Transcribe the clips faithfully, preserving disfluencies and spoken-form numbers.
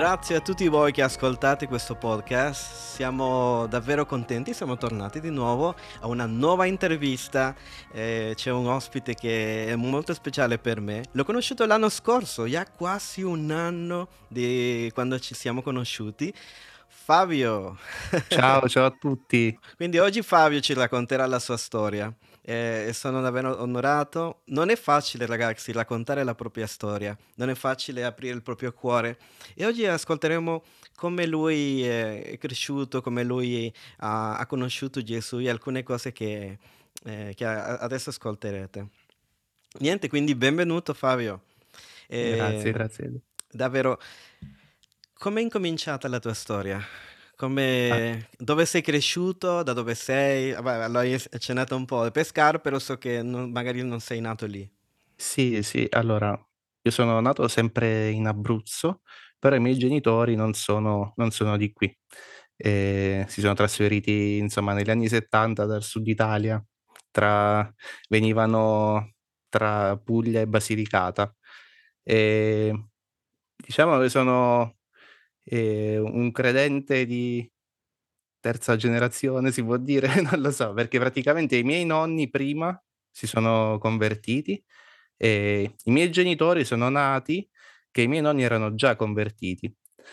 Grazie a tutti voi che ascoltate questo podcast, siamo davvero contenti, siamo tornati di nuovo a una nuova intervista. Eh, c'è un ospite che è molto speciale per me, l'ho conosciuto l'anno scorso, già quasi un anno di quando ci siamo conosciuti. Fabio! Ciao, ciao a tutti. Quindi oggi Fabio ci racconterà la sua storia eh, e sono davvero onorato. Non è facile, ragazzi, raccontare la propria storia, non è facile aprire il proprio cuore. E oggi ascolteremo come lui eh, è cresciuto, come lui ha, ha conosciuto Gesù e alcune cose che, eh, che a- adesso ascolterete. Niente, quindi benvenuto Fabio. Grazie, E, grazie. davvero, come è incominciata la tua storia? Ah, Come, dove sei cresciuto? Da dove sei? Vabbè, l'hai accennato un po', Pescara, però so che non- magari non sei nato lì. sì, sì, allora, io sono nato sempre in Abruzzo, però i miei genitori non sono, non sono di qui. E si sono trasferiti, insomma, negli anni settanta dal sud Italia, tra, venivano tra Puglia e Basilicata. E diciamo che sono eh, un credente di terza generazione, si può dire? Non lo so, perché praticamente i miei nonni prima si sono convertiti e i miei genitori sono nati che i miei nonni erano già convertiti.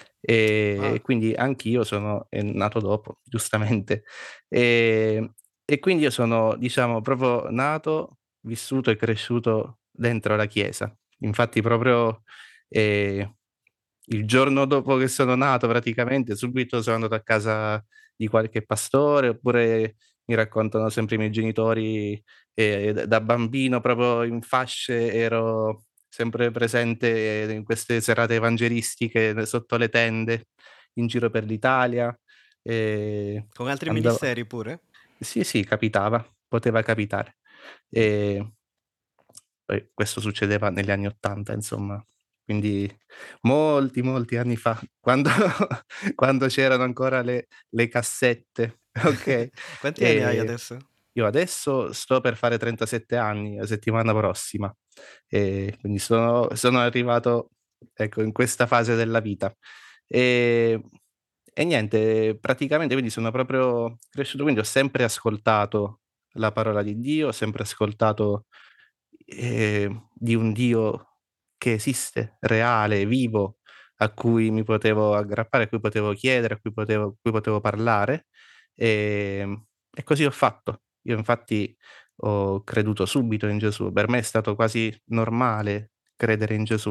E Ah, quindi anch'io sono è nato dopo, giustamente. E, e quindi io sono, diciamo, proprio nato, vissuto e cresciuto dentro la chiesa. Infatti, proprio eh, il giorno dopo che sono nato, praticamente, subito sono andato a casa di qualche pastore, oppure mi raccontano sempre i miei genitori, eh, da da bambino, proprio in fasce, ero sempre presente in queste serate evangelistiche sotto le tende, in giro per l'Italia. E con altri andavo... ministeri pure? Sì, sì, capitava, poteva capitare. Mm. E poi questo succedeva negli anni Ottanta, insomma, quindi molti, molti anni fa, quando, quando c'erano ancora le, le cassette, ok? Quanti anni hai E adesso? io adesso sto per fare trentasette anni, la settimana prossima, e quindi sono, sono arrivato, ecco, in questa fase della vita. E, e niente, praticamente quindi sono proprio cresciuto, quindi ho sempre ascoltato la parola di Dio, ho sempre ascoltato eh, di un Dio che esiste, reale, vivo, a cui mi potevo aggrappare, a cui potevo chiedere, a cui potevo, a cui potevo parlare. E, e così ho fatto. Io infatti ho creduto subito in Gesù. Per me è stato quasi normale credere in Gesù.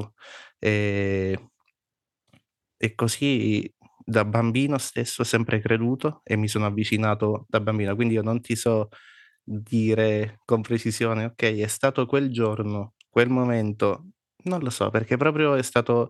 E, e così da bambino stesso ho sempre creduto e mi sono avvicinato da bambino. Quindi io non ti so dire con precisione, ok, è stato quel giorno, quel momento, non lo so, perché proprio è stato,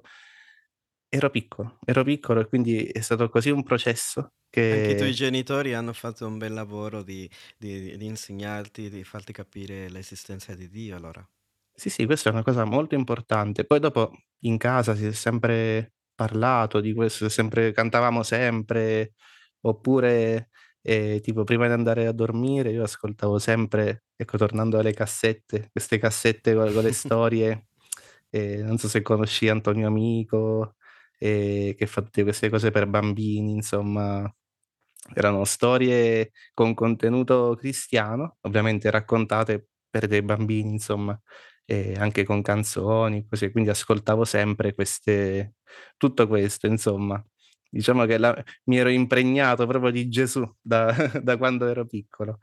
ero piccolo, ero piccolo e quindi è stato così un processo Anche i tuoi che genitori hanno fatto un bel lavoro di, di- di insegnarti, di farti capire l'esistenza di Dio, allora. sì, sì, questa è una cosa molto importante. Poi dopo in casa si è sempre parlato di questo, sempre, cantavamo sempre, oppure eh, tipo prima di andare a dormire io ascoltavo sempre, ecco, tornando alle cassette, queste cassette con, con le storie, eh, non so se conosci Antonio Amico, eh, che fa tutte queste cose per bambini, insomma, erano storie con contenuto cristiano, ovviamente raccontate per dei bambini, insomma, e anche con canzoni, così, quindi ascoltavo sempre queste, tutto questo, insomma. Diciamo che la- mi ero impregnato proprio di Gesù da, da quando ero piccolo.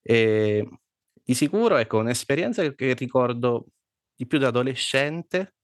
E di sicuro, ecco, un'esperienza che ricordo di più da adolescente,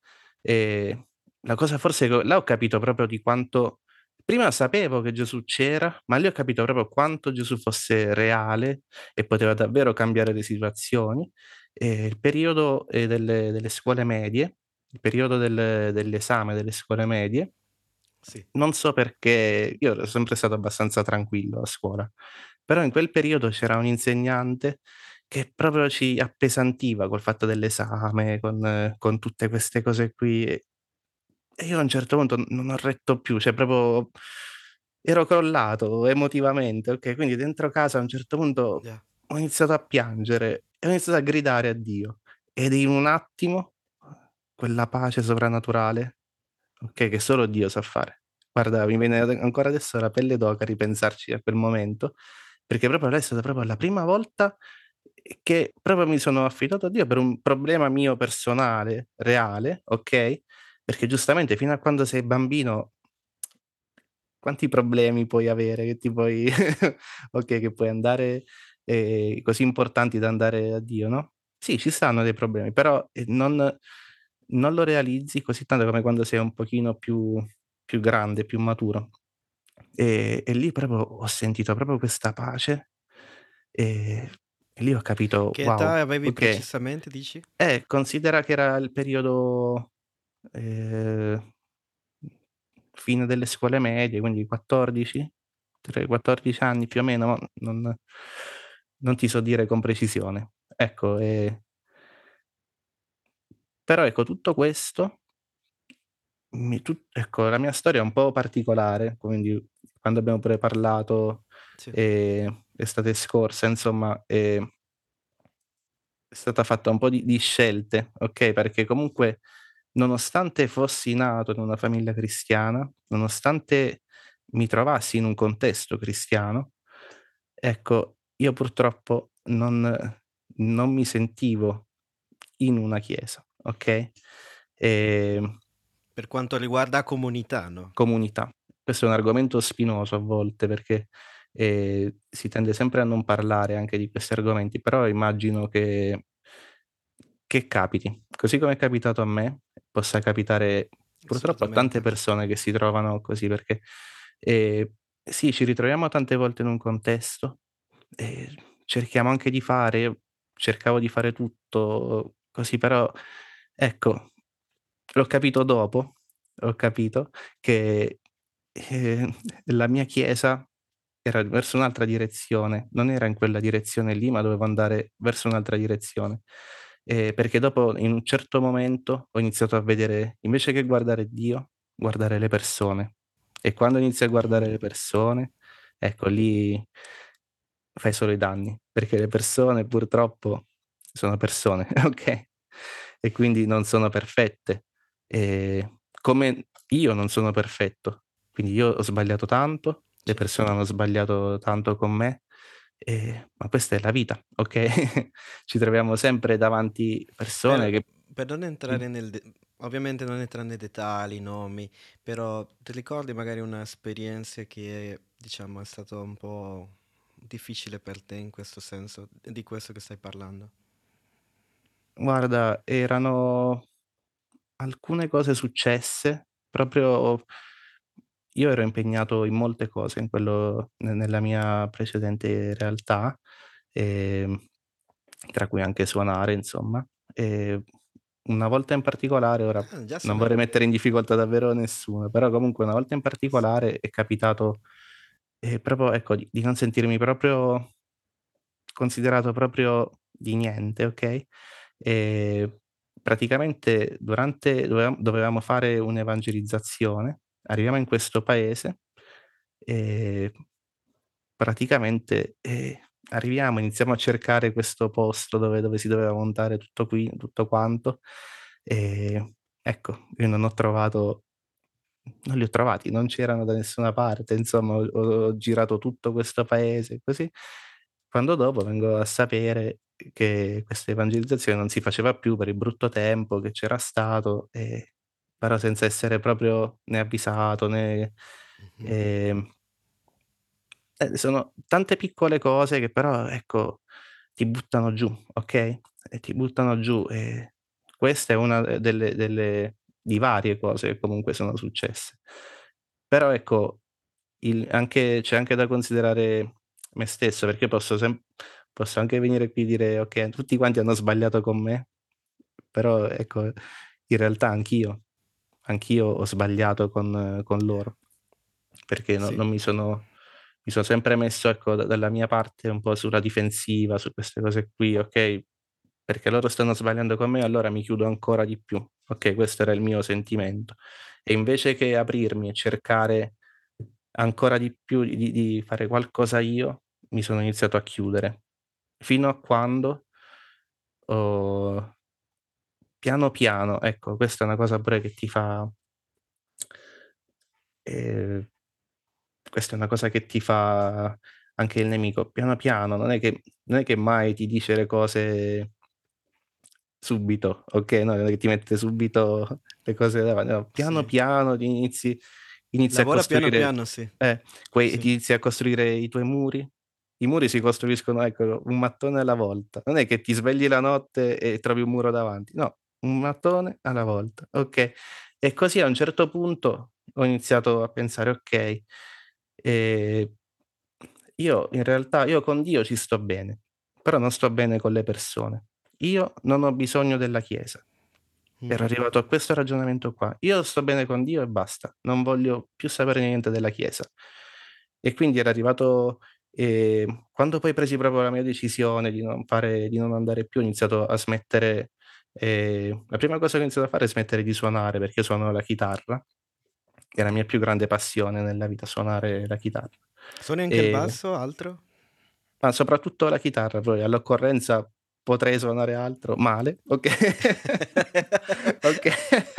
e la cosa forse che là ho capito proprio di quanto, prima sapevo che Gesù c'era, ma lì ho capito proprio quanto Gesù fosse reale e poteva davvero cambiare le situazioni. E il periodo eh, delle, delle scuole medie, il periodo del- dell'esame delle scuole medie, Sì. non so perché, io ero sempre stato abbastanza tranquillo a scuola, però in quel periodo c'era un insegnante che proprio ci appesantiva col fatto dell'esame, con, eh, con tutte queste cose qui. E e io a un certo punto non ho retto più, cioè proprio ero crollato emotivamente, ok? Quindi dentro casa a un certo punto Già. ho iniziato a piangere e ho iniziato a gridare a Dio. Ed in un attimo quella pace sovrannaturale, ok, che solo Dio sa fare. Guarda, mi viene ade ancora adesso la pelle d'oca a ripensarci a quel momento, perché proprio lei è stata proprio la prima volta, ehm, che proprio mi sono affidato a Dio per un problema mio personale, reale, okay, perché giustamente fino a quando sei bambino quanti problemi puoi avere, che ti puoi okay, che puoi andare ehm, così importanti da andare a Dio, no, sì, ci stanno dei problemi, però, ehm, non non lo realizzi così tanto come quando sei un pochino più più grande, più maturo. Ehm, e lì proprio ho sentito proprio questa pace, ehm, e lì ho capito: Che "Wow, età avevi okay". precisamente, dici? Eh, considera che era il periodo, ehm, fine delle scuole medie, quindi quattordici, tre quattordici anni più o meno, ma non non ti so dire con precisione. Ecco, ehm però ecco tutto questo mi tu ecco la mia storia è un po' particolare, quindi quando abbiamo pure parlato, Sì. ehm, l'estate scorsa insomma, ehm è stata fatta un po' di di scelte, okay, perché comunque nonostante fossi nato in una famiglia cristiana, nonostante mi trovassi in un contesto cristiano, ecco, io purtroppo non non mi sentivo in una chiesa, okay, ehm Per quanto riguarda comunità, no? comunità. Questo è un argomento spinoso a volte perché, ehm, si tende sempre a non parlare anche di questi argomenti, però immagino che che capiti. Così come è capitato a me, possa capitare purtroppo a tante Assolutamente. persone che si trovano così, perché, ehm, sì, ci ritroviamo tante volte in un contesto, e cerchiamo anche di fare cercavo di fare tutto così, però ecco, l'ho capito dopo, ho capito che, ehm, la mia chiesa era verso un'altra direzione, non era in quella direzione lì, ma dovevo andare verso un'altra direzione. Ehm, perché dopo in un certo momento ho iniziato a vedere, invece che guardare Dio, guardare le persone. E quando inizi a guardare le Mh. persone, ecco lì fai solo i danni, perché le persone purtroppo sono persone, okay, e quindi non sono perfette. Ehm, come io non sono perfetto, quindi io ho sbagliato tanto, le Certo. persone hanno sbagliato tanto con me, ehm, ma questa è la vita, okay, ci troviamo sempre davanti persone Per che per non mh. entrare nel de ovviamente non entrare nei dettagli, nomi, però ti ricordi magari una esperienza che, diciamo, è stato un po' difficile per te in questo senso, di questo che stai parlando? Guarda, erano alcune cose successe proprio io ero impegnato in molte cose in quello ne nella mia precedente realtà, ehm, tra cui anche suonare insomma, ehm, una volta in particolare, ora Ah, già non vorrei suonavi. mettere in difficoltà davvero nessuno, però comunque una volta in particolare è capitato, ehm, proprio ecco di di non sentirmi proprio considerato proprio di niente, okay, ehm, praticamente durante dovevam dovevamo fare un'evangelizzazione, arriviamo in questo paese, ehm, praticamente, ehm, arriviamo, iniziamo a cercare questo posto dove dove si doveva montare tutto qui tutto quanto, ehm, ecco, io non ho trovato non li ho trovati, non c'erano da nessuna parte, insomma ho ho girato tutto questo paese così, quando dopo vengo a sapere che questa evangelizzazione non si faceva più per il brutto tempo che c'era stato, ehm, però senza essere proprio né avvisato né Mh-mh. ehm eh, sono tante piccole cose che però, ecco, ti buttano giù, okay, e ti buttano giù, e questa è una, ehm, delle delle di varie cose che comunque sono successe. Però ecco, il anche c'è anche da considerare me stesso, perché io posso sem posso anche venire qui e dire: "Okay, tutti quanti hanno sbagliato con me", però ecco, in realtà anch'io, anch'io ho sbagliato con con loro, perché no Sì. non mi sono mi sono sempre messo, ecco, da dalla mia parte un po' sulla difensiva, su queste cose qui, okay, perché loro stanno sbagliando con me, allora mi chiudo ancora di più. Okay, questo era il mio sentimento. E invece che aprirmi e cercare ancora di più di di di fare qualcosa io, mi sono iniziato a chiudere. Fino a quando ho piano piano, ecco, questa è una cosa pure che ti fa E questa è una cosa che ti fa anche il nemico, piano piano, non è che, non è che mai ti dice le cose subito, ok? No, non è che ti mette subito le cose davanti, no, piano Sì. piano ti inizi, inizi a Lavora piano costruire, piano, sì. eh, quei, ti Sì. inizi a costruire i tuoi muri. I muri si costruiscono, ecco, un mattone alla volta. Non è che ti svegli la notte e trovi un muro davanti, no, un mattone alla volta, ok? E così a un certo punto ho iniziato a pensare, ok, eh, io in realtà, io con Dio ci sto bene, però non sto bene con le persone. Io non ho bisogno della Chiesa. Ero Mhm. arrivato a questo ragionamento qua. Io sto bene con Dio e basta, non voglio più sapere niente della Chiesa. E quindi era arrivato, eh, quando poi presi proprio la mia decisione di non fare, di non andare più, ho iniziato a smettere. Eh, la prima cosa che ho iniziato a fare è smettere di suonare perché io suono la chitarra, che è la mia più grande passione nella vita, suonare la chitarra. Suoni anche il E basso, altro? ma soprattutto la chitarra, poi all'occorrenza potrei suonare altro male, ok? Ok.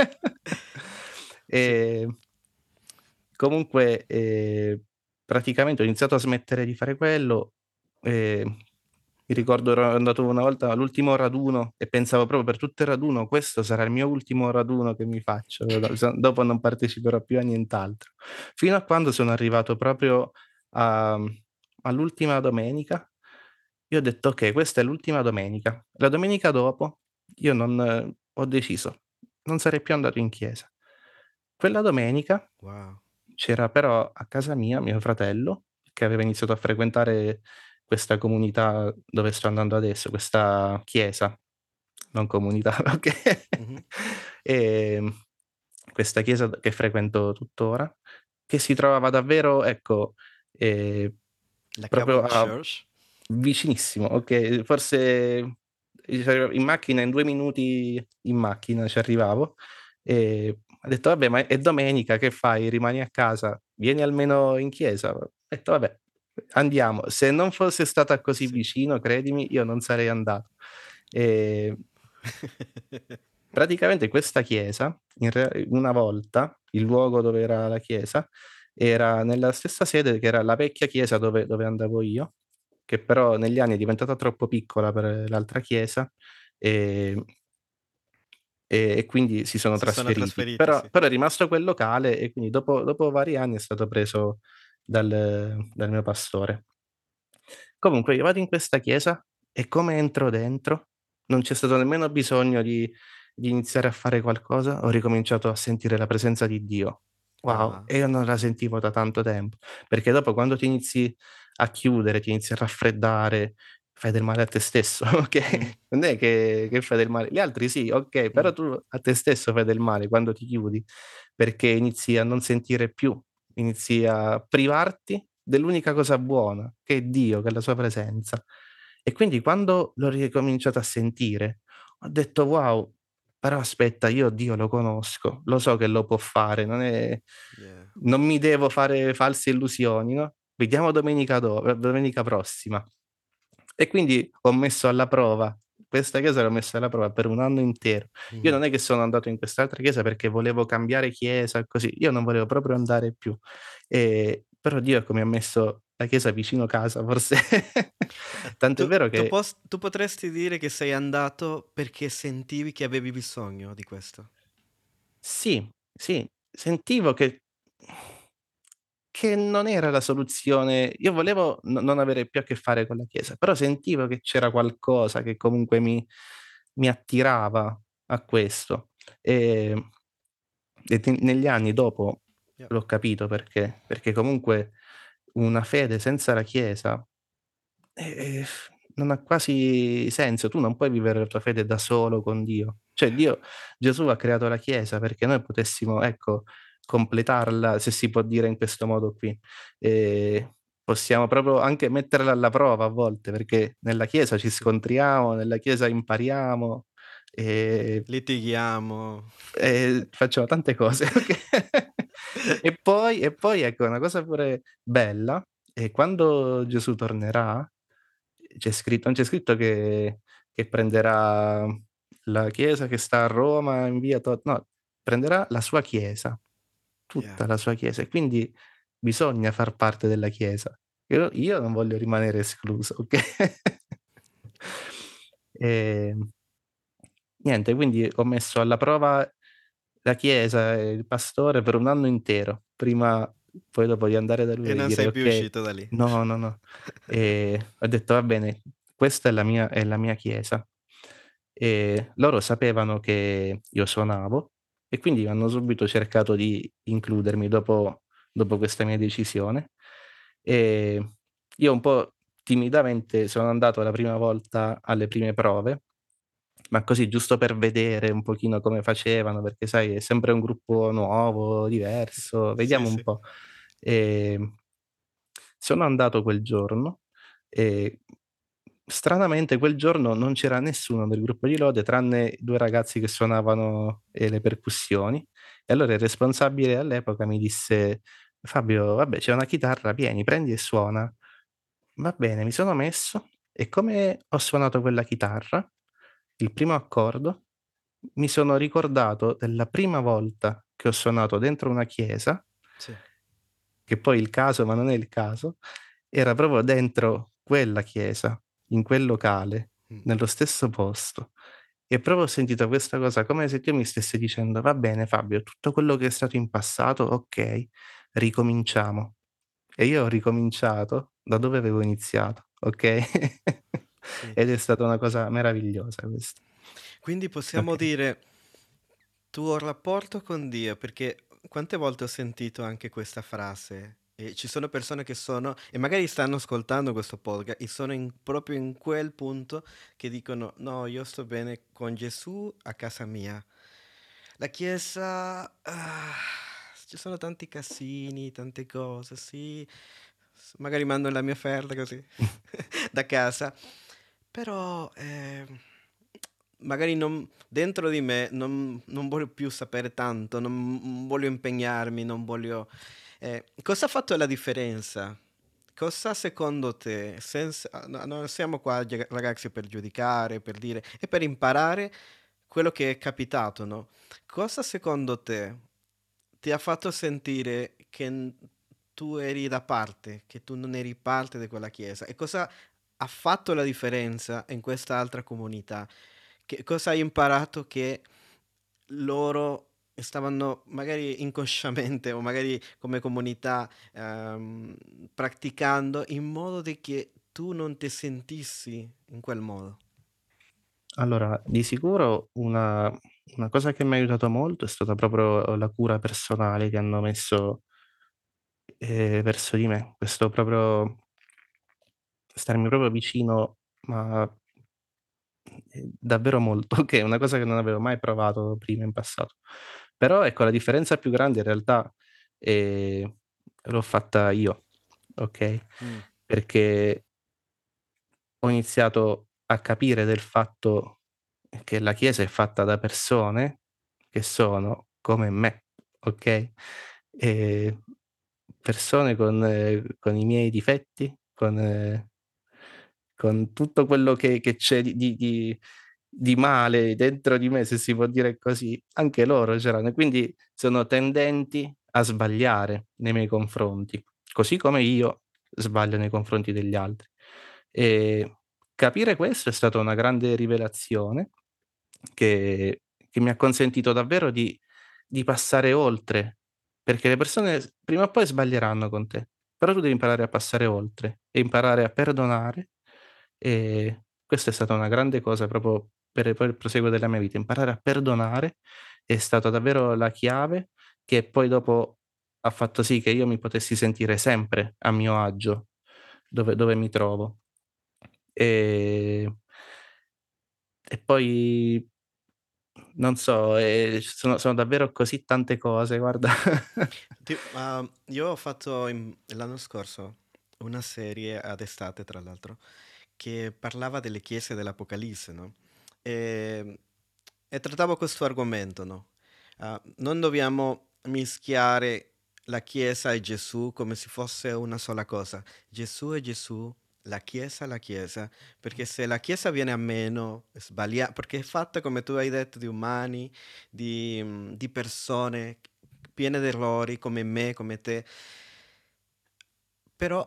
Sì. E comunque, eh, praticamente ho iniziato a smettere di fare quello. E mi ricordo ero andato una volta all'ultimo raduno e pensavo proprio per tutto il raduno, questo sarà il mio ultimo raduno che mi faccio, dopo non parteciperò più a nient'altro. Fino a quando sono arrivato proprio a- all'ultima domenica, io ho detto ok, questa è l'ultima domenica. La domenica dopo io non eh, ho deciso, non sarei più andato in chiesa. Quella domenica Wow. c'era però a casa mia mio fratello che aveva iniziato a frequentare questa comunità dove sto andando adesso, questa chiesa, non comunità, ok? Mhm. E questa chiesa che frequento tuttora, che si trovava davvero, ecco, eh, La proprio Cabot a Church? vicinissimo, ok? Forse in macchina, in due minuti in macchina ci arrivavo e ho detto, vabbè, ma è domenica, che fai? Rimani a casa, vieni almeno in chiesa. Ho detto, vabbè, andiamo. Se non fosse stata così Sì. vicino, credimi, io non sarei andato. E praticamente questa chiesa, in re- una volta, il luogo dove era la chiesa, era nella stessa sede che era la vecchia chiesa dove, dove andavo io, che però negli anni è diventata troppo piccola per l'altra chiesa e, e- e quindi si sono Si sono trasferiti. trasferiti, Però, sì. però è rimasto quel locale e quindi dopo, dopo vari anni è stato preso dal, dal mio pastore. Comunque io vado in questa chiesa e come entro dentro, non c'è stato nemmeno bisogno di, di iniziare a fare qualcosa, ho ricominciato a sentire la presenza di Dio. Wow, Ah. e io non la sentivo da tanto tempo, perché dopo quando ti inizi a chiudere, ti inizi a raffreddare, fai del male a te stesso, Mm, ok? Non è che, che fai del male, gli altri sì, ok, però mm. tu a te stesso fai del male quando ti chiudi, perché inizi a non sentire più, inizi a privarti dell'unica cosa buona, che è Dio, che è la sua presenza. E quindi quando l'ho ricominciato a sentire, ho detto wow, però aspetta, io Dio lo conosco, lo so che lo può fare, non è, Yeah. non mi devo fare false illusioni, no? Vediamo domenica, do- domenica prossima. E quindi ho messo alla prova, questa chiesa l'ho messa alla prova per un anno intero. Io Mhm. non è che sono andato in quest'altra chiesa perché volevo cambiare chiesa, così, io non volevo proprio andare più. E, però Dio ecco, mi ha messo la chiesa vicino casa, forse. Eh, Tanto è Tu, vero tu che pos- tu potresti dire che sei andato perché sentivi che avevi bisogno di questo. sì, sì, sentivo che che non era la soluzione. Io volevo no non avere più a che fare con la Chiesa, però sentivo che c'era qualcosa che comunque mi mi attirava a questo. Ehm, e ti negli anni dopo Yep. l'ho capito perché, perché comunque una fede senza la Chiesa, eh, non ha quasi senso. Tu non puoi vivere la tua fede da solo con Dio. Cioè Dio, Gesù ha creato la Chiesa perché noi potessimo, ecco, completarla, se si può dire in questo modo qui. E possiamo proprio anche metterla alla prova a volte, perché nella Chiesa ci Sì. scontriamo, nella Chiesa impariamo e, Litighiamo. e facciamo tante cose. Ok? E poi, e poi, ecco, una cosa pure bella, è quando Gesù tornerà, c'è scritto, non c'è scritto che, che prenderà la chiesa che sta a Roma in via Tot, no, prenderà la sua chiesa Yeah. tutta la sua chiesa e quindi bisogna far parte della chiesa. Io io non voglio rimanere escluso, okay? Ehm, niente, quindi ho messo alla prova la chiesa e il pastore per un anno intero, prima poi dopo di andare da lui E e non dire: sei più "Okay" uscito da lì. no, no, no. Ehm, ho detto: "Va bene, questa è la mia è la mia chiesa". E loro sapevano che io suonavo e quindi hanno subito cercato di includermi dopo dopo questa mia decisione. Ehm, io un po' timidamente sono andato la prima volta alle prime prove, ma così giusto per vedere un pochino come facevano, perché sai è sempre un gruppo nuovo, diverso, Sì, vediamo un sì. po'. Ehm, sono andato quel giorno e stranamente quel giorno non c'era nessuno del gruppo di lode tranne due ragazzi che suonavano, ehm, le percussioni e allora il responsabile all'epoca mi disse: "Fabio, vabbè c'è una chitarra, vieni, prendi e suona". Va bene, mi sono messo e come ho suonato quella chitarra, il primo accordo, mi sono ricordato della prima volta che ho suonato dentro una chiesa, Sì. che poi il caso, ma non è il caso, era proprio dentro quella chiesa, in quel locale, Mh. nello stesso posto. E proprio ho sentito questa cosa come se Dio mi stesse dicendo: "Va bene Fabio, tutto quello che è stato in passato, okay, ricominciamo". E io ho ricominciato da dove avevo iniziato, okay? Sì. Ed è stata una cosa meravigliosa questa. Quindi possiamo Okay. dire tuo rapporto con Dio, perché quante volte ho sentito anche questa frase e ci sono persone che sono e magari stanno ascoltando questo podcast e sono in proprio in quel punto che dicono: "No, io sto bene con Gesù a casa mia". La chiesa, ah, ci sono tanti casini, tante cose, sì, s magari mando la mia offerta così da casa, però, ehm, magari non dentro di me non non voglio più sapere tanto, non non voglio impegnarmi, non voglio ehm, cosa ha fatto la differenza? Cosa secondo te, senza no non siamo qua ge ragazzi per giudicare, per dire è per imparare quello che è capitato, no, cosa secondo te ti ha fatto sentire che n tu eri da parte, che tu non eri parte di quella chiesa e cosa ha fatto la differenza in quest'altra comunità? Che cosa hai imparato che loro stavano magari inconsciamente o magari come comunità, ehm, praticando in modo di che tu non ti sentissi in quel modo? Allora, di sicuro una una cosa che m'ha aiutato molto è stata proprio la cura personale che hanno messo, ehm, verso di me. Questo proprio starmi proprio vicino, ma, ehm, davvero molto, che è una cosa che non avevo mai provato prima in passato. Però ecco, la differenza più grande in realtà, ehm, l'ho fatta io, okay, Mh, perché ho iniziato a capire del fatto che la Chiesa è fatta da persone che sono come me, okay, ehm, persone con eh, con i miei difetti, con eh, con tutto quello che che c'è di di di di male dentro di me, se si può dire così, anche loro c'erano e quindi sono tendenti a sbagliare nei miei confronti, così come io sbaglio nei confronti degli altri. Ehm, capire questo è stata una grande rivelazione che che mi ha consentito davvero di di passare oltre, perché le persone s prima o poi sbaglieranno con te, però tu devi imparare a passare oltre e imparare a perdonare, e questa è stata una grande cosa proprio per poi il proseguo della mia vita. Imparare a perdonare è stata davvero la chiave che poi dopo ha fatto sì che io mi potessi sentire sempre a mio agio dove dove mi trovo. Ehm, e poi non so, ehm, ci sono sono davvero così tante cose, guarda. ti ma io ho fatto in l'anno scorso una serie ad estate, tra l'altro, che parlava delle chiese dell'Apocalisse, no, ehm, e trattavo questo argomento, no, uhm, non dobbiamo mischiare la Chiesa e Gesù come se fosse una sola cosa. Gesù è Gesù, la Chiesa è la Chiesa, perché se la Chiesa viene a meno, sbaglia perché è fatta, come tu hai detto, di umani, di mhmm, di persone, piene di errori come me, come te, però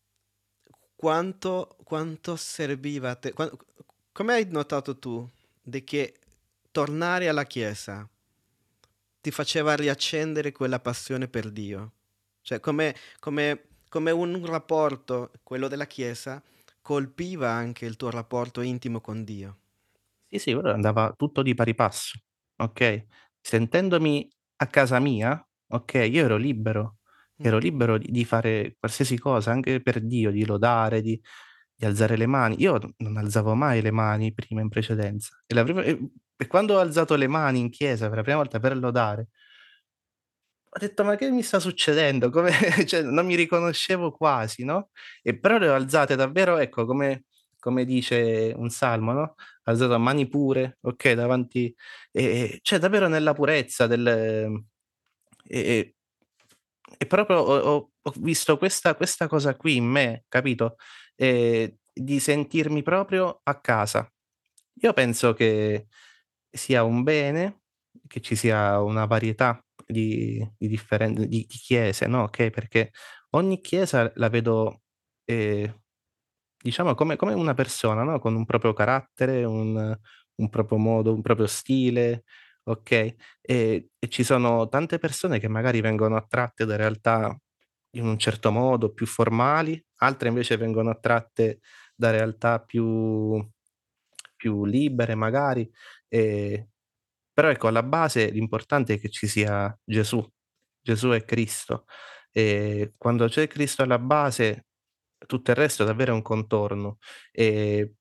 quanto, quanto serviva a te? Qua- come hai notato tu di che tornare alla Chiesa ti faceva riaccendere quella passione per Dio? Cioè, come, come- come un rapporto, quello della Chiesa, colpiva anche il tuo rapporto intimo con Dio. Sì, sì, quello andava tutto di pari passo, okay? Sentendomi a casa mia, okay, io ero libero, Mm, ero libero di di fare qualsiasi cosa, anche per Dio, di lodare, di di alzare le mani. Io n non alzavo mai le mani prima in precedenza e la prima e e quando ho alzato le mani in chiesa per la prima volta per lodare ho detto: "Ma che mi sta succedendo?" Come cioè non mi riconoscevo quasi, no, e però le ho alzate davvero, ecco, come come dice un salmo, no, alzato a mani pure, okay, davanti e e cioè davvero nella purezza del e e e proprio ho ho ho visto questa questa cosa qui in me, capito, ehm, di sentirmi proprio a casa. Io penso che sia un bene che ci sia una varietà di di differen di di chiese, no, okay, perché ogni chiesa la vedo, ehm, diciamo come come una persona, no, con un proprio carattere, un un proprio modo, un proprio stile, okay, e e ci sono tante persone che magari vengono attratte da realtà in un certo modo, più formali, altre invece vengono attratte da realtà più più libere magari, ehm, però ecco alla base l'importante è che ci sia Gesù. Gesù è Cristo. E quando c'è Cristo alla base, tutto il resto davvero è un contorno. Ehm,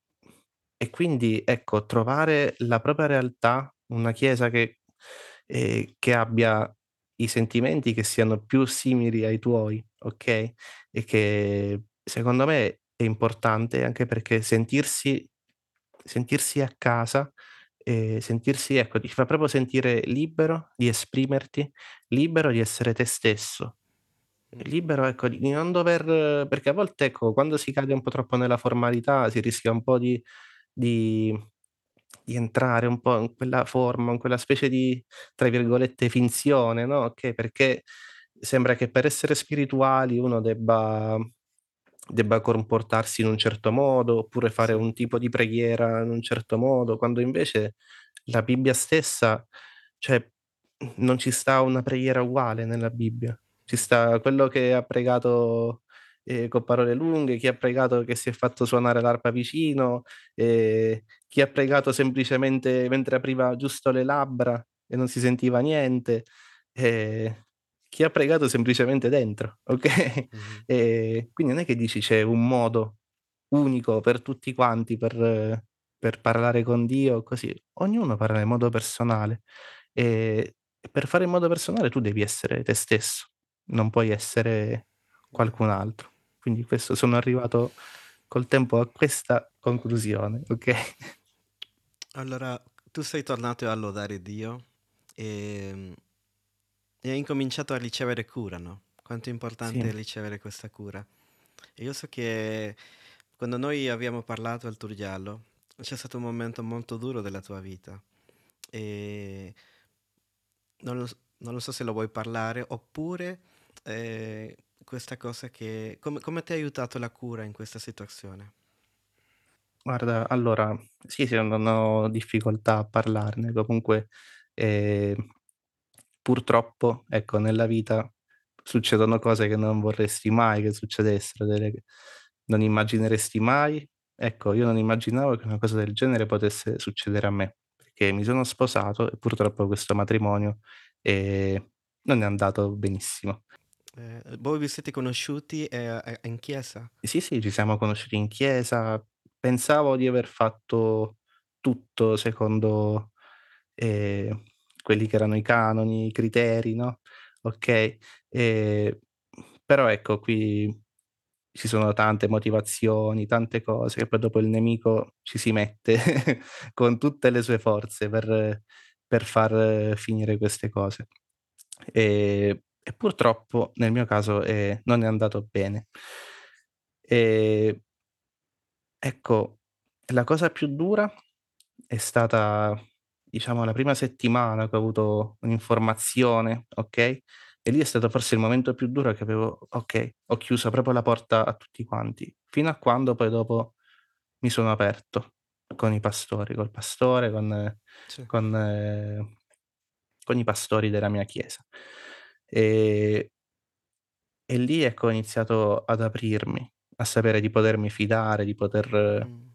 e quindi ecco, trovare la propria realtà, una chiesa che ehm, che abbia i sentimenti che siano più simili ai tuoi, okay, e che secondo me è importante anche perché sentirsi sentirsi a casa, ehm, sentirsi ecco, ti fa proprio sentire libero di esprimerti, libero di essere te stesso. mm, Libero, ecco, di di non dover perché a volte, ecco, quando si cade un po' troppo nella formalità, si rischia un po' di di di entrare un po' in quella forma, in quella specie di, tra virgolette, "finzione", no, okay, perché sembra che per essere spirituali uno debba debba comportarsi in un certo modo, oppure fare sì. un tipo di preghiera in un certo modo, quando invece la Bibbia stessa cioè, mhmm, non ci sta una preghiera uguale nella Bibbia. Ci sta quello che ha pregato, ehm, con parole lunghe, chi ha pregato che si è fatto suonare l'arpa vicino, ehm, chi ha pregato semplicemente mentre apriva giusto le labbra e non si sentiva niente, ehm, chi ha pregato semplicemente dentro, okay? Mhm. Ehm, quindi non è che dici c'è un modo unico per tutti quanti per per parlare con Dio così. Ognuno parla in modo personale, ehm, e per fare in modo personale tu devi essere te stesso, non puoi essere Eh. qualcun altro. Quindi questo sono arrivato col tempo a questa conclusione, okay? Allora, tu sei tornato a lodare Dio e, e hai incominciato a ricevere cura, no? Quanto è Sì, importante ricevere questa cura. E io so che quando noi abbiamo parlato al Turgiallo, c'è stato un momento molto duro della tua vita e non lo, s- non lo so se lo vuoi parlare oppure eh, questa cosa che... Come, come ti ha aiutato la cura in questa situazione? guarda, allora sì, sì, non ho difficoltà a parlarne. Comunque, ehm, purtroppo, ecco, nella vita succedono cose che non vorresti mai che succedessero, delle che non immagineresti mai. Ecco, io non immaginavo che una cosa del genere potesse succedere a me, perché mi sono sposato e purtroppo questo matrimonio, ehm, non è andato benissimo. Eh, voi vi siete conosciuti eh, eh, in chiesa? Sì, sì, ci siamo conosciuti in chiesa. Pensavo di aver fatto tutto secondo, ehm, quelli che erano i canoni, i criteri, no, okay, ehm, però ecco qui ci sono tante motivazioni, tante cose che poi dopo il nemico ci si mette con tutte le sue forze per per far finire queste cose. Ehm, e purtroppo nel mio caso, ehm, non è andato bene. Ehm Ecco, la cosa più dura è stata diciamo la prima settimana che ho avuto un'informazione, okay, e lì è stato forse il momento più duro che avevo okay, ho chiuso proprio la porta a tutti quanti, fino a quando poi dopo mi sono aperto con i pastori, col pastore, con Sì. con ehm, con i pastori della mia chiesa. Ehm, e lì, ecco, ho iniziato ad aprirmi, a sapere di potermi fidare, di poter Mh.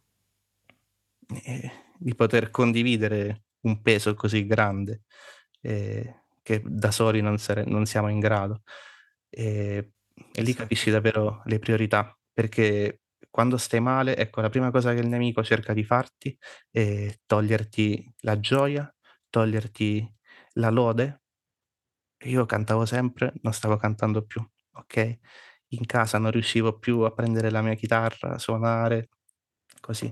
ehm, di poter condividere un peso così grande, ehm, che da soli non sare non siamo in grado. Ehm, e lì Esatto. capisci davvero le priorità, perché quando stai male, ecco, la prima cosa che il nemico cerca di farti è toglierti la gioia, toglierti la lode. Io cantavo sempre, non stavo cantando più, okay, in casa non riuscivo più a prendere la mia chitarra, suonare, così.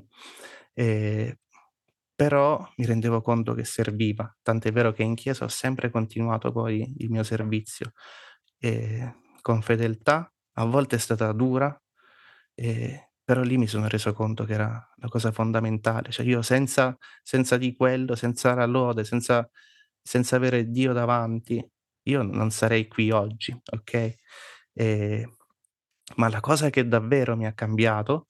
Ehm, però mi rendevo conto che serviva, tant'è vero che in chiesa ho sempre continuato poi il mio servizio, ehm, con fedeltà, a volte è stata dura, ehm, però lì mi sono reso conto che era la cosa fondamentale. Cioè io senza senza di quello, senza la lode, senza senza avere Dio davanti, io non sarei qui oggi, okay? Ehm, ma la cosa che davvero mi ha cambiato,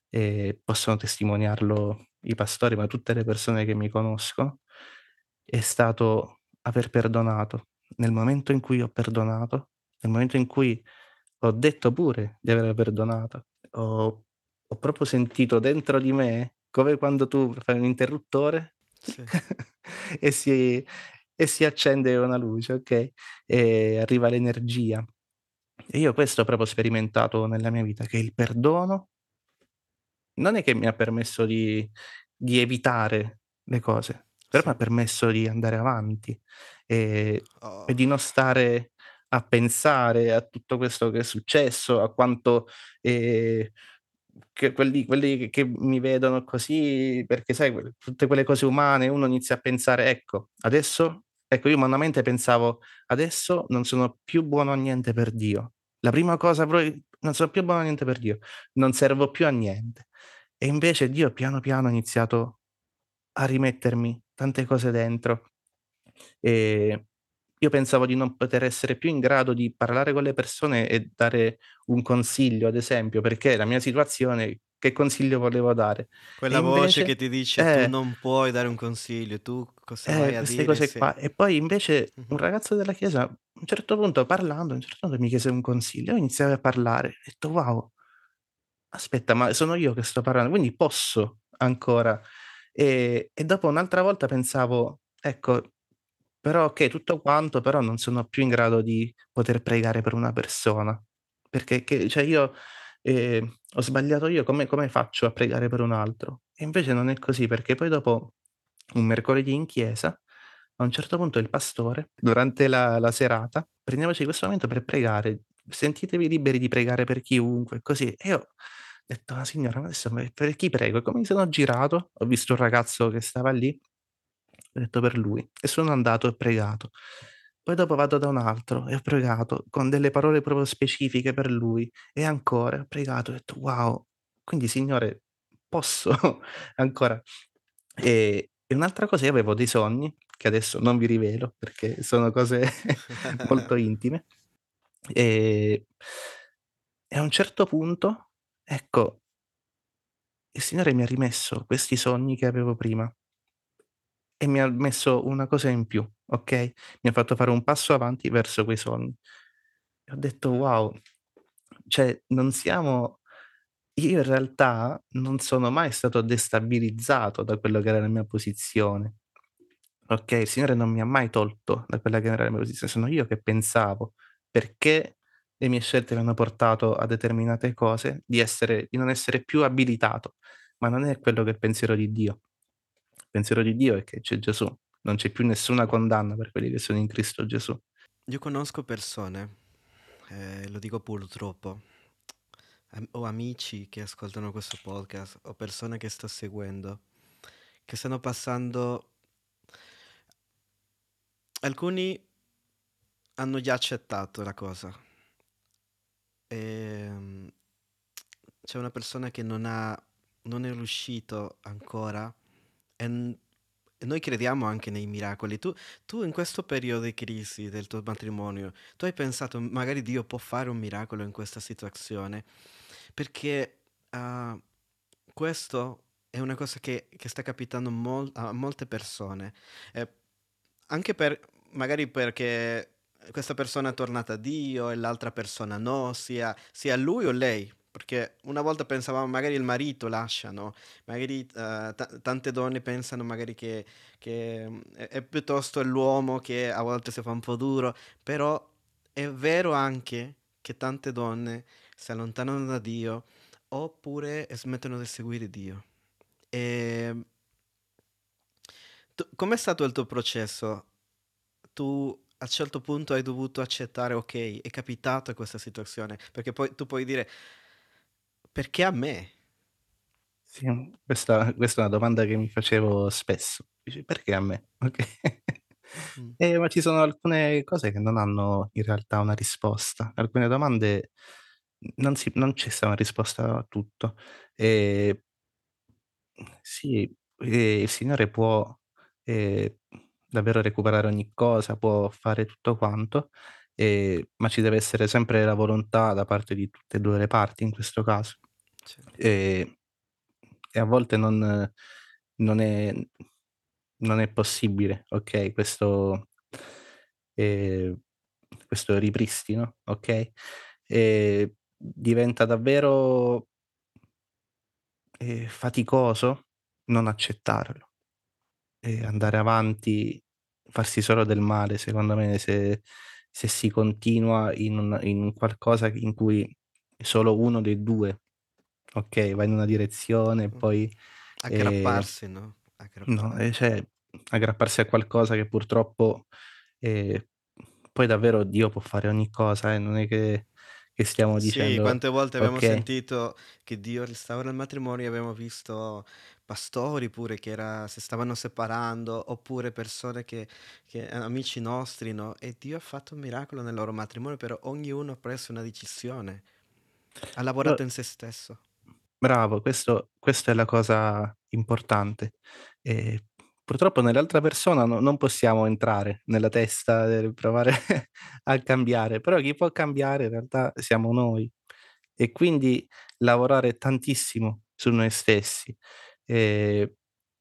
e possono testimoniarlo i pastori, ma tutte le persone che mi conoscono, è stato aver perdonato. Nel momento in cui ho perdonato, nel momento in cui ho detto pure di aver perdonato, ho ho proprio sentito dentro di me, come quando tu fai un interruttore, Sì. e si e si accende una luce, okay, e arriva l'energia. E io questo ho proprio sperimentato nella mia vita, che il perdono non è che mi ha permesso di di evitare le cose, però Sì. m'ha permesso di andare avanti, ehm, e Oh. di non stare a pensare a tutto questo che è successo, a quanto, ehm, che quelli quelli che mi vedono così perché sai quelle tutte quelle cose umane, uno inizia a pensare: "Ecco, adesso" ecco, io umanamente pensavo: "Adesso non sono più buono a niente per Dio. La prima cosa proprio non sono più buono a niente per Dio, non servo più a niente." E invece Dio piano piano ha iniziato a rimettermi tante cose dentro. Ehm, io pensavo di non poter essere più in grado di parlare con le persone e dare un consiglio, ad esempio, perché la mia situazione che consiglio volevo dare? E Quella voce che invece ti dice: "Tu eh, non puoi dare un consiglio, tu cosa eh, vai a queste dire cose se" qua. E poi invece un Mh-mh. ragazzo della chiesa, a un certo punto parlando, a un certo punto mi chiese un consiglio, io iniziai a parlare, ho detto: "Wow, aspetta, ma sono io che sto parlando, quindi posso ancora". Ehm, e dopo un'altra volta pensavo: "Ecco, però okay, tutto quanto, però non sono più in grado di poter pregare per una persona, perché che cioè io, ehm, ho sbagliato io, come come faccio a pregare per un altro?" E invece non è così, perché poi dopo un mercoledì in chiesa, a un certo punto il pastore, durante la la serata, prendiamoci questo momento per pregare, sentitevi liberi di pregare per chiunque, così. E io ho detto: "Ma signora, ma adesso me per chi prego?" E come mi sono girato, ho visto un ragazzo che stava lì, ho detto: "Per lui." E sono andato e ho pregato. Poi dopo vado da un altro e ho pregato con delle parole proprio specifiche per lui e ancora ho pregato, ho detto: "Wow, quindi Signore posso ancora". Ehm, e un'altra cosa, io avevo dei sogni, che adesso non vi rivelo perché sono cose molto intime, ehm, e a un certo punto, ecco, il Signore mi ha rimesso questi sogni che avevo prima e mi ha messo una cosa in più, okay, mi ha fatto fare un passo avanti verso quei sogni. E ho detto: "Wow, cioè non siamo" io in realtà non sono mai stato destabilizzato da quello che era la mia posizione. Okay, il Signore non mi ha mai tolto da quella che era la mia posizione, sono io che pensavo, perché le mie scelte mi hanno portato a determinate cose, di essere di non essere più abilitato, ma non è quello che è il pensiero di Dio. Il pensiero di Dio è che c'è Gesù, non c'è più nessuna condanna per quelli che sono in Cristo Gesù. Io conosco persone, ehm, lo dico purtroppo, am ho amici che ascoltano questo podcast, ho persone che sto seguendo, che stanno passando alcuni hanno già accettato la cosa. Ehm, c'è una persona che non ha non è riuscito ancora e n noi crediamo anche nei miracoli. Tu, tu in questo periodo di crisi del tuo matrimonio, tu hai pensato magari Dio può fare un miracolo in questa situazione? Perché ah, questo è una cosa che, che sta capitando mol- a molte persone. Eh, anche per, magari perché questa persona è tornata a Dio e l'altra persona no, sia, sia lui o lei. Perché una volta pensavamo magari il marito lascia, no? Magari eh, ta- tante donne pensano magari che, che, mm, è, è piuttosto l'uomo che a volte si fa un po' duro, però è vero anche che tante donne si allontanano da Dio oppure smettono di seguire Dio. E tu- com'è stato il tuo processo? Tu a un certo punto hai dovuto accettare, ok, è capitata questa situazione, perché poi tu puoi dire, perché a me? Sì, questa questa è una domanda che mi facevo spesso. Dici: "Perché a me?" Okay. Mm, Eh, ma ci sono alcune cose che non hanno in realtà una risposta. Alcune domande n non si non ci sta una risposta a tutto. Ehm, sì, ehm, il Signore può, ehm, davvero recuperare ogni cosa, può fare tutto quanto, ehm, ma ci deve essere sempre la volontà da parte di tutte e due le parti in questo caso. sì. Ehm, e a volte non non è non è possibile, okay, questo ehm, questo ripristino, okay, ehm, diventa davvero, ehm, faticoso non accettarlo e andare avanti, farsi solo del male secondo me se se si continua in un in un qualcosa in cui solo uno dei due, okay, va in una direzione e Mhm. poi, ehm Aggrapparsi, no? no, Aggrappare. ehm, cioè aggrapparsi a qualcosa che purtroppo, ehm, poi davvero Dio può fare ogni cosa, eh, non è che che stiamo Sì, dicendo: quante volte abbiamo "Okay". sentito che Dio restaura il matrimonio, abbiamo visto pastori pure che era- si stavano separando, oppure persone che, che- amici nostri, no? E Dio ha fatto un miracolo nel loro matrimonio, però ognuno ha preso una decisione, ha Però lavorato in se stesso. bravo, questo questa è la cosa importante. Ehm, purtroppo nell'altra persona no non possiamo entrare nella testa e provare a cambiare, però chi può cambiare in realtà siamo noi. E quindi lavorare tantissimo su noi stessi, ehm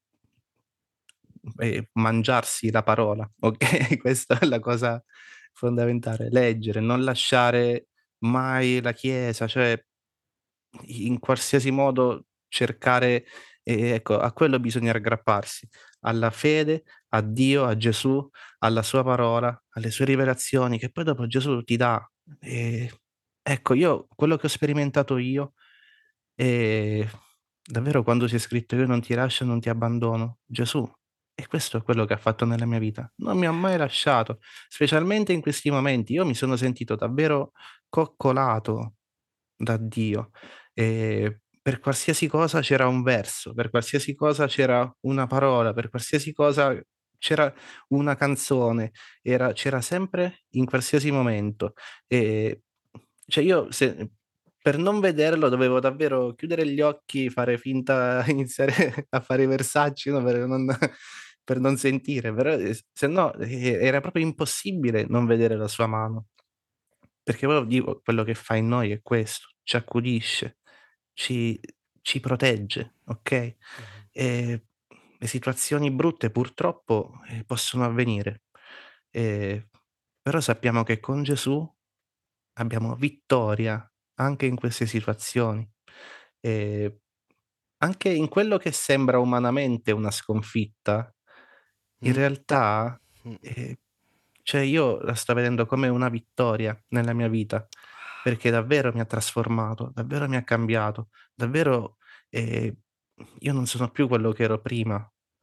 e mangiarsi la parola, okay, questa è la cosa fondamentale. Leggere, non lasciare mai la chiesa, cioè in qualsiasi modo cercare e ecco, a quello bisogna aggrapparsi, alla fede, a Dio, a Gesù, alla sua parola, alle sue rivelazioni che poi dopo Gesù ti dà. Ehm, ecco, io quello che ho sperimentato io, ehm, davvero quando c'è scritto: "Io non ti lascio, non ti abbandono", Gesù. E questo è quello che ha fatto nella mia vita. Non mi ha mai lasciato, specialmente in questi momenti. Io mi sono sentito davvero coccolato da Dio. Ehm, per qualsiasi cosa c'era un verso, per qualsiasi cosa c'era una parola, per qualsiasi cosa c'era una canzone, era c'era sempre in qualsiasi momento. Ehm, cioè io se per non vederlo dovevo davvero chiudere gli occhi, fare finta iniziare a fare i versacci, no, per non per non sentire, però, ehm, s sennò, e era proprio impossibile non vedere la sua mano. Perché poi Dio quello che fa in noi è questo, ci accudisce, ci ci protegge, okay, Mhm. ehm, le situazioni brutte purtroppo, ehm, possono avvenire, ehm, però sappiamo che con Gesù abbiamo vittoria anche in queste situazioni. Ehm, anche in quello che sembra umanamente una sconfitta, in Mm, realtà, mm. ehm cioè io la sto vedendo come una vittoria nella mia vita, perché davvero mi ha trasformato, davvero mi ha cambiato, davvero, ehm, io non sono più quello che ero prima,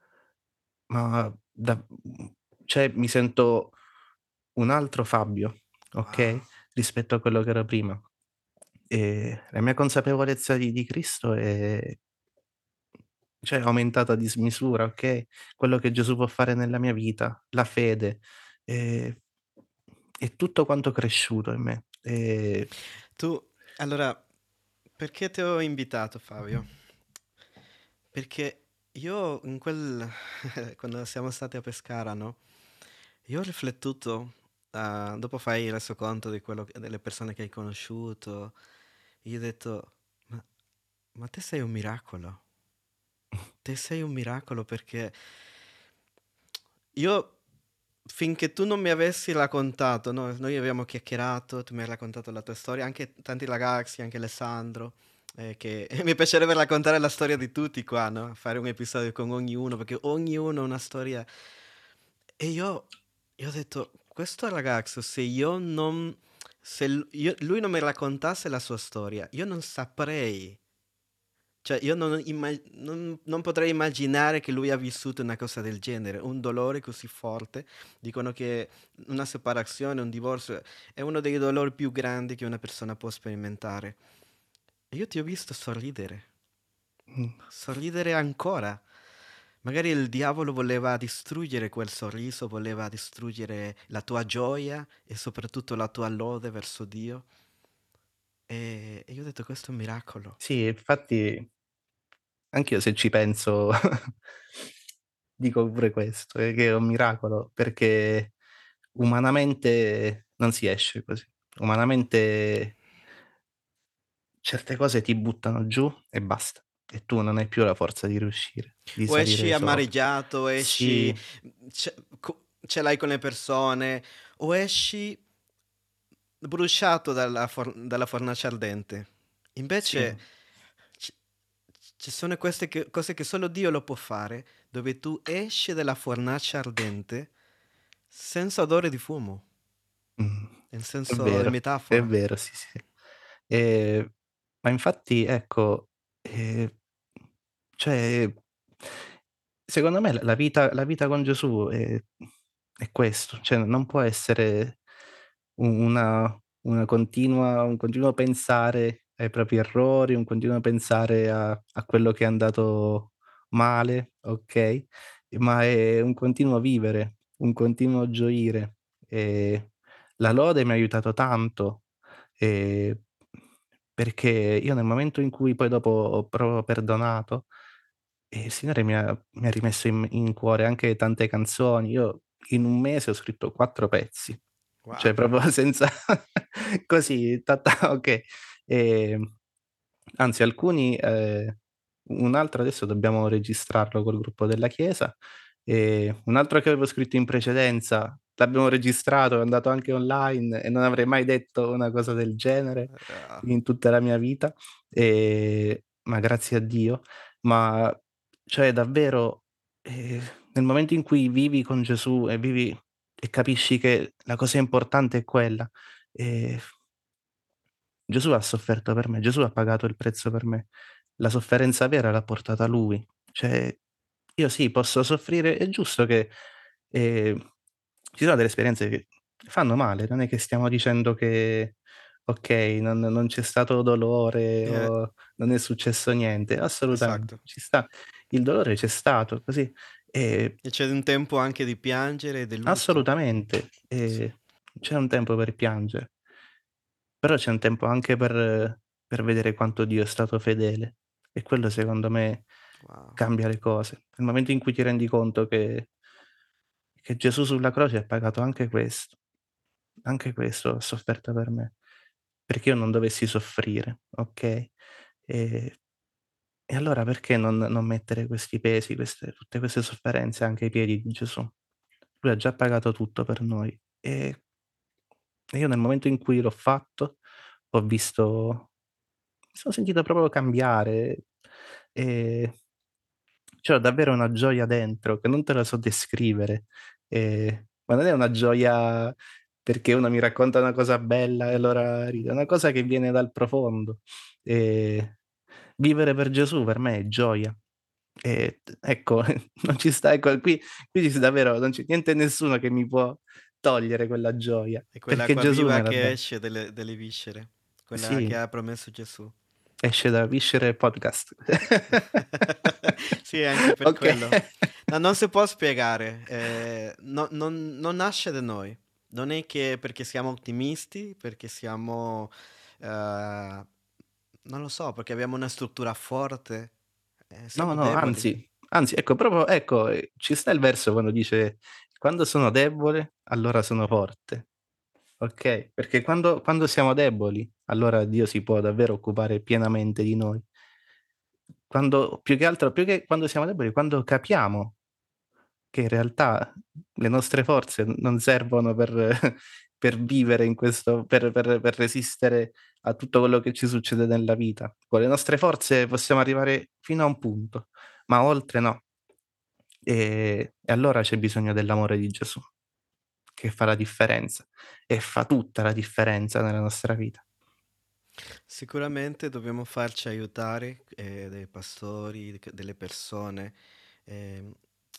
ma da mhmm, cioè mi sento un altro Fabio, Wow. okay, rispetto a quello che ero prima. E la mia consapevolezza di di Cristo è cioè è aumentata a dismisura, okay, quello che Gesù può fare nella mia vita, la fede, ehm, è tutto quanto cresciuto in me. Ehm, Tu, allora, perché ti ho invitato, Fabio? Perché io in quel quando siamo stati a Pescara, no, io ho riflettuto, uhm, dopo fai il resoconto di quello che delle persone che hai conosciuto, io ho detto: "Ma ma te sei un miracolo, te sei un miracolo perché io finché tu non mi avessi raccontato, no, noi abbiamo chiacchierato, tu mi hai raccontato la tua storia, anche tanti ragazzi, anche Alessandro, eh, che mi piacerebbe raccontare la storia di tutti qua, no? Fare un episodio con ognuno, perché ognuno ha una storia. E io, io ho detto, questo ragazzo, se io non, se l- io- lui non mi raccontasse la sua storia, io non saprei. Cioè, io non, imma- non- non potrei immaginare che lui ha vissuto una cosa del genere, un dolore così forte. Dicono che una separazione, un divorzio è uno dei dolori più grandi che una persona può sperimentare. E io ti ho visto sorridere, Mh. sorridere ancora. Magari il diavolo voleva distruggere quel sorriso, voleva distruggere la tua gioia e soprattutto la tua lode verso Dio. E, e io ho detto, questo è un miracolo. Sì, infatti anch'io se ci penso dico pure questo, eh, che è un miracolo, perché umanamente non si esce così. Umanamente certe cose ti buttano giù e basta, e tu non hai più la forza di riuscire, di O esci salire sopra. amareggiato, esci, Sì, ce, co- ce l'hai con le persone, o esci bruciato dalla, for- dalla fornace ardente. sì, Invece ci, ci sono queste che- cose che solo Dio lo può fare, dove tu esci dalla fornace ardente senza odore di fumo, mh, nel è senso di vero, è metafora. vero, sì, sì. Ehm, ma infatti ecco, ehm, cioè secondo me la la vita la vita con Gesù è è questo, cioè non può essere u una una continua un continuo pensare ai propri errori, un continuo pensare a a quello che è andato male, okay, ma è un continuo vivere, un continuo gioire. E la lode mi ha aiutato tanto, ehm, perché io nel momento in cui poi dopo ho proprio perdonato, e il Signore mi ha mi ha rimesso in in cuore anche tante canzoni. Io in un mese ho scritto quattro pezzi, cioè Wow, proprio senza così ta ta okay. Ehm, anzi alcuni ehm, un altro adesso dobbiamo registrarlo col gruppo della chiesa, e un altro che avevo scritto in precedenza l'abbiamo registrato, è andato anche online e non avrei mai detto una cosa del genere ah, in tutta la mia vita, ehm, ma grazie a Dio. Ma cioè davvero, ehm, nel momento in cui vivi con Gesù e vivi e capisci che la cosa importante è quella, ehm, Gesù ha sofferto per me, Gesù ha pagato il prezzo per me. La sofferenza vera l'ha portata Lui. Cioè, io sì, posso soffrire, è giusto che, ehm, ci sono delle esperienze che fanno male, non è che stiamo dicendo che, okay, non non c'è stato dolore eh, o non è successo niente, assolutamente, esatto. ci sta. Il dolore c'è stato, così, ehm, E c'è un tempo anche di piangere e di lutto. assolutamente, Sì, ehm, c'è un tempo per piangere, però c'è un tempo anche per per vedere quanto Dio è stato fedele, e quello secondo me wow. cambia le cose. Nel momento in cui ti rendi conto che che Gesù sulla croce ha pagato anche questo, anche questo ha sofferto per me, perché io non dovessi soffrire, okay, ehm, e allora perché non non mettere questi pesi, queste tutte queste sofferenze anche ai piedi di Gesù? Lui ha già pagato tutto per noi, e e io nel momento in cui l'ho fatto ho visto mi sono sentito proprio cambiare, ehm c'ho davvero una gioia dentro che non te la so descrivere, ehm, ma non è una gioia perché uno mi racconta una cosa bella e allora rido, è una cosa che viene dal profondo. Ehm, vivere per Gesù per me è gioia. E t ecco, non ci sta, ecco, qui qui ci s davvero non c'è niente e nessuno che mi può togliere quella gioia, È perché quell'acqua Gesù viva me l'ha che data. esce delle, delle viscere, quella che Sì, ha promesso Gesù. esce da Viscere Podcast. Sì, anche per Okay. quello. No, non si può spiegare, eh, no- non, non nasce da noi. Non è che perché siamo ottimisti, perché siamo, eh, non lo so, perché abbiamo una struttura forte, eh, No, siamo no, deboli. anzi Anzi, ecco, proprio ecco, ehm, ci sta il verso quando dice: "Quando sono debole, allora sono forte." Okay? Perché quando quando siamo deboli, allora Dio si può davvero occupare pienamente di noi. Quando più che altro più che quando siamo deboli, quando capiamo che in realtà le nostre forze n non servono per per vivere in questo per per per resistere a tutto quello che ci succede nella vita. Con le nostre forze possiamo arrivare fino a un punto, ma oltre no. Ehm, e allora c'è bisogno dell'amore di Gesù, che fa la differenza e fa tutta la differenza nella nostra vita. Sicuramente dobbiamo farci aiutare, ehm, dai pastori, c delle persone. Ehm,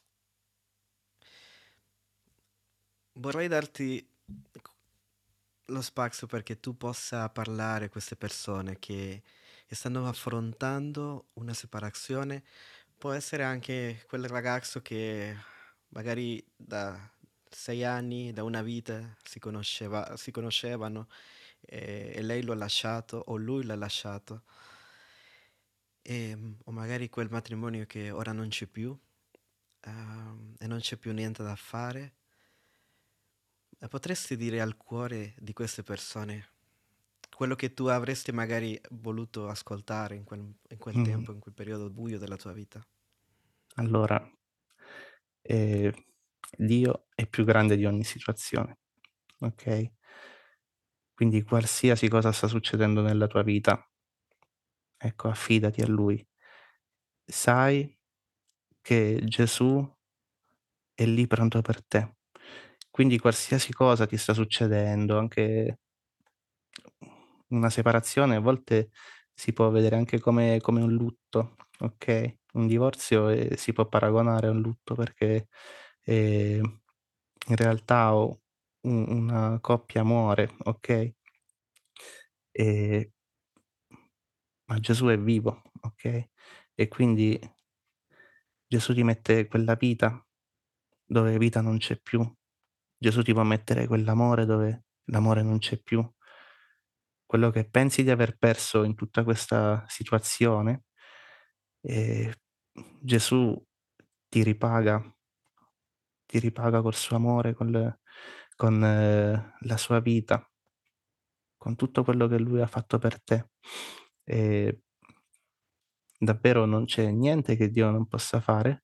vorrei darti q lo spazio perché tu possa parlare a queste persone che che stanno affrontando una separazione. Può essere anche quel ragazzo che magari da sei anni, da una vita si conosceva si conoscevano, ehm, e lei lo ha lasciato o lui l'ha lasciato. Ehm, o magari quel matrimonio che ora non c'è più, ehm, e non c'è più niente da fare. E potresti dire al cuore di queste persone quello che tu avresti magari voluto ascoltare in quel, in quel Mh. tempo, in quel periodo buio della tua vita? Allora, ehm, Dio è più grande di ogni situazione, okay? Quindi qualsiasi cosa sta succedendo nella tua vita, ecco, affidati a Lui. Sai che Gesù è lì pronto per te. Quindi qualsiasi cosa ti sta succedendo, anche una separazione a volte si può vedere anche come come un lutto, okay, un divorzio, ehm, si può paragonare a un lutto perché, ehm, in realtà o u una coppia muore, okay, ehm, ma Gesù è vivo, okay, e quindi Gesù ti mette quella vita dove vita non c'è più. Gesù ti può mettere quell'amore dove l'amore non c'è più. Quello che pensi di aver perso in tutta questa situazione, ehm, Gesù ti ripaga ti ripaga col suo amore, col con eh, la sua vita, con tutto quello che lui ha fatto per te. Ehm, davvero non c'è niente che Dio non possa fare,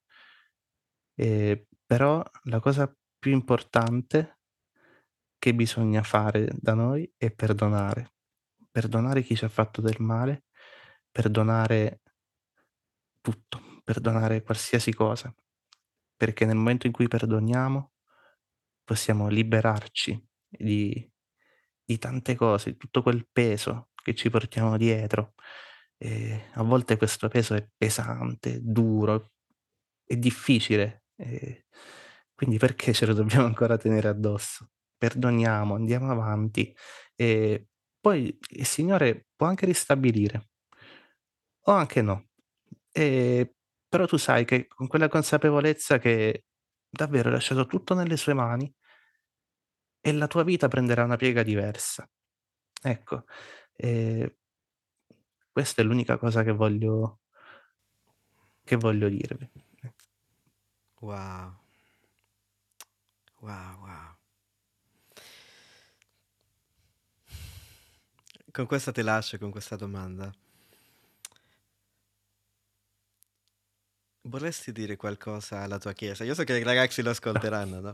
ehm, però la cosa più importante che bisogna fare da noi è perdonare. Perdonare chi ci ha fatto del male, perdonare tutto, perdonare qualsiasi cosa, perché nel momento in cui perdoniamo possiamo liberarci di di tante cose, di tutto quel peso che ci portiamo dietro. Ehm, a volte questo peso è pesante, duro, è difficile, ehm, quindi perché ce lo dobbiamo ancora tenere addosso? Perdoniamo, andiamo avanti e poi il Signore può anche ristabilire o anche no. Ehm, però tu sai che con quella consapevolezza che davvero hai lasciato tutto nelle sue mani e la tua vita prenderà una piega diversa. Ecco, ehm, questa è l'unica cosa che voglio che voglio dirvi. Eh. Wow, wow, wow. Con questa ti lascio, con questa domanda. Vorresti dire qualcosa alla tua chiesa? Io so che i ragazzi lo ascolteranno, no?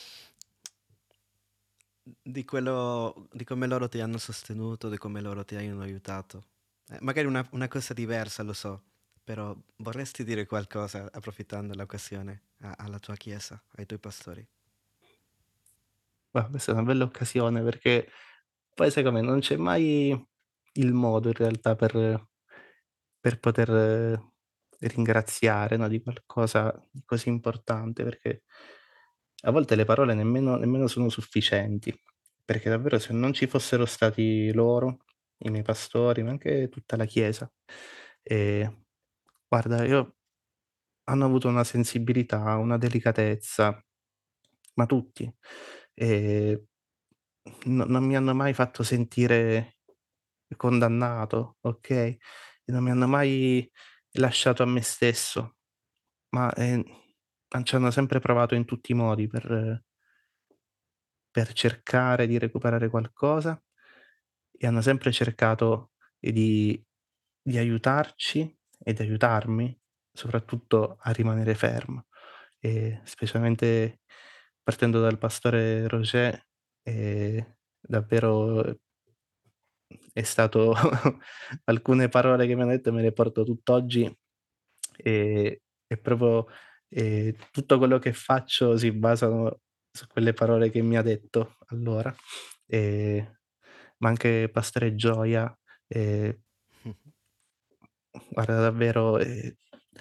Di quello, di come loro ti hanno sostenuto, di come loro ti hanno aiutato. Eh, magari una, una cosa diversa, lo so, però vorresti dire qualcosa approfittando dell'occasione a- alla tua chiesa, ai tuoi pastori. Guarda, questa è una bella occasione perché poi sai com'è, non c'è mai il modo in realtà per per poter eh, ringraziare, no, di qualcosa di così importante, perché a volte le parole nemmeno nemmeno sono sufficienti, perché davvero se non ci fossero stati loro, i miei pastori, ma anche tutta la chiesa, ehm, guarda io hanno avuto una sensibilità, una delicatezza, ma tutti, ehm, no non mi hanno mai fatto sentire condannato, okay, e non mi hanno mai lasciato a me stesso. ma, ehm, an ci hanno sempre provato in tutti i modi per per cercare di recuperare qualcosa e hanno sempre cercato, ehm, di di aiutarci ed aiutarmi, soprattutto a rimanere fermo. E specialmente partendo dal pastore Roger, ehm, davvero è stato alcune parole che mi hanno detto me le porto tutt'oggi, e e proprio, ehm, tutto quello che faccio si basano su quelle parole che mi ha detto allora. Ehm, ma anche pastore Gioia, ehm guarda davvero, ehm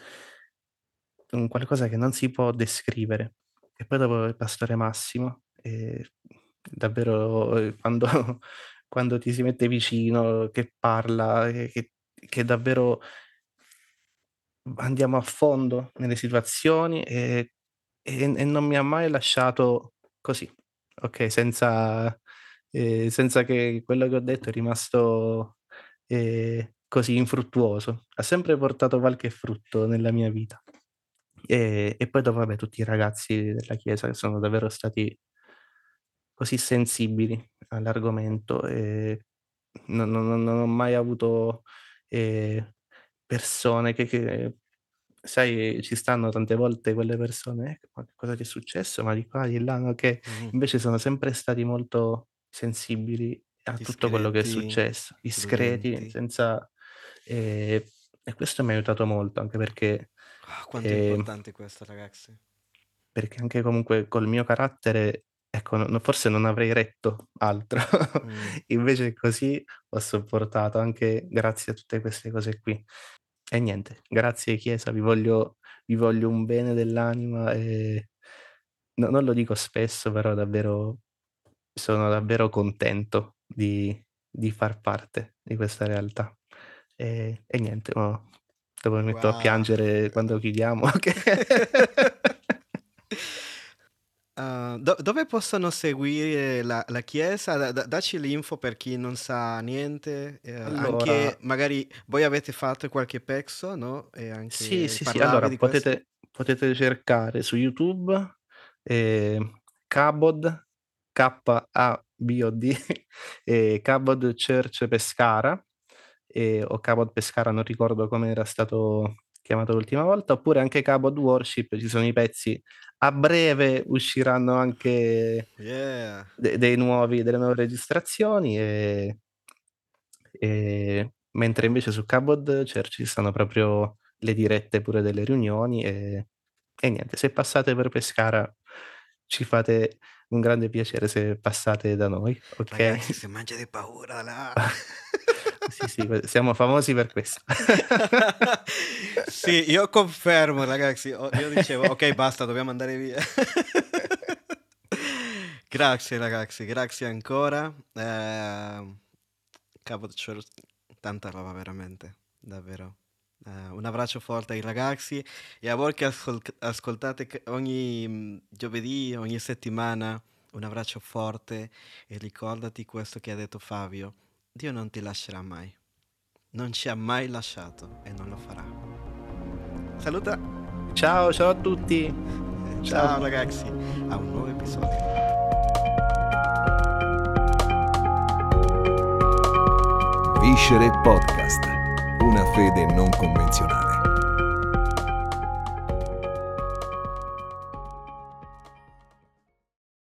un qualcosa che non si può descrivere. E poi dopo il pastore Massimo, ehm, davvero, ehm, quando quando ti si mette vicino, che parla, che che che davvero andiamo a fondo nelle situazioni, e e e non mi ha mai lasciato così, okay, senza ehm, senza che quello che ho detto è rimasto, ehm, così infruttuoso. Ha sempre portato qualche frutto nella mia vita. E e poi dopo vabbè tutti i ragazzi della chiesa che sono davvero stati così sensibili all'argomento, e non non non non ho mai avuto, ehm, persone che che sai, ci stanno tante volte quelle persone: "Eh, ma che cosa ti è successo?" Ma di qua, di là, no, che Mh-mh. invece sono sempre stati molto sensibili a tutto quello che è Discreti, successo, discreti, prudenti. senza ehm, e questo mi ha aiutato molto, anche perché Ah, quanto è ehm importante questo, ragazzi. perché anche comunque col mio carattere, ecco, no no forse non avrei retto altro. Mh. Invece così ho sopportato, anche grazie a tutte queste cose qui. E niente, grazie Chiesa, vi voglio vi voglio un bene dell'anima, e no, non lo dico spesso, però davvero sono davvero contento di di far parte di questa realtà. E e niente, mo dopo mi metto a Wow. piangere quando chiudiamo che Uhm, do dove possono seguire la la chiesa? Da da dacci l'info per chi non sa niente, ehm, allora anche magari voi avete fatto qualche pezzo, no, e sì, anche sì, sì, parlavi allora di questo? potete potete cercare su YouTube, ehm, Kabod, K A B O D, ehm, Kabod Church Pescara, ehm, o Kabod Pescara, non ricordo come era stato chiamato l'ultima volta, oppure anche Kabod Worship, ci sono i pezzi. A breve usciranno anche Yeah. de dei nuovi delle nuove registrazioni, e Ehm, mentre invece su Cabot Church ci stanno proprio le dirette pure delle riunioni, e e niente, se passate per Pescara ci fate un grande piacere se passate da noi, okay? Ragazzi, se mangia di paura là. Sì, sì, que siamo famosi per questo. Sì, io confermo ragazzi, o io dicevo: "Okay basta, dobbiamo andare via." Grazie ragazzi, grazie ancora. Ehm, Cabot Church, tanta roba veramente, davvero. Ehm, un abbraccio forte ai ragazzi e a voi che ascolt ascoltate c ogni, mhmm, giovedì, ogni settimana, un abbraccio forte e ricordati questo che ha detto Fabio: Dio non ti lascerà mai. Non ci ha mai lasciato e non lo farà. Saluta! Ciao, ciao a tutti. Ciao Ciao. ragazzi, a un nuovo episodio. Viscere Podcast, una fede non convenzionale.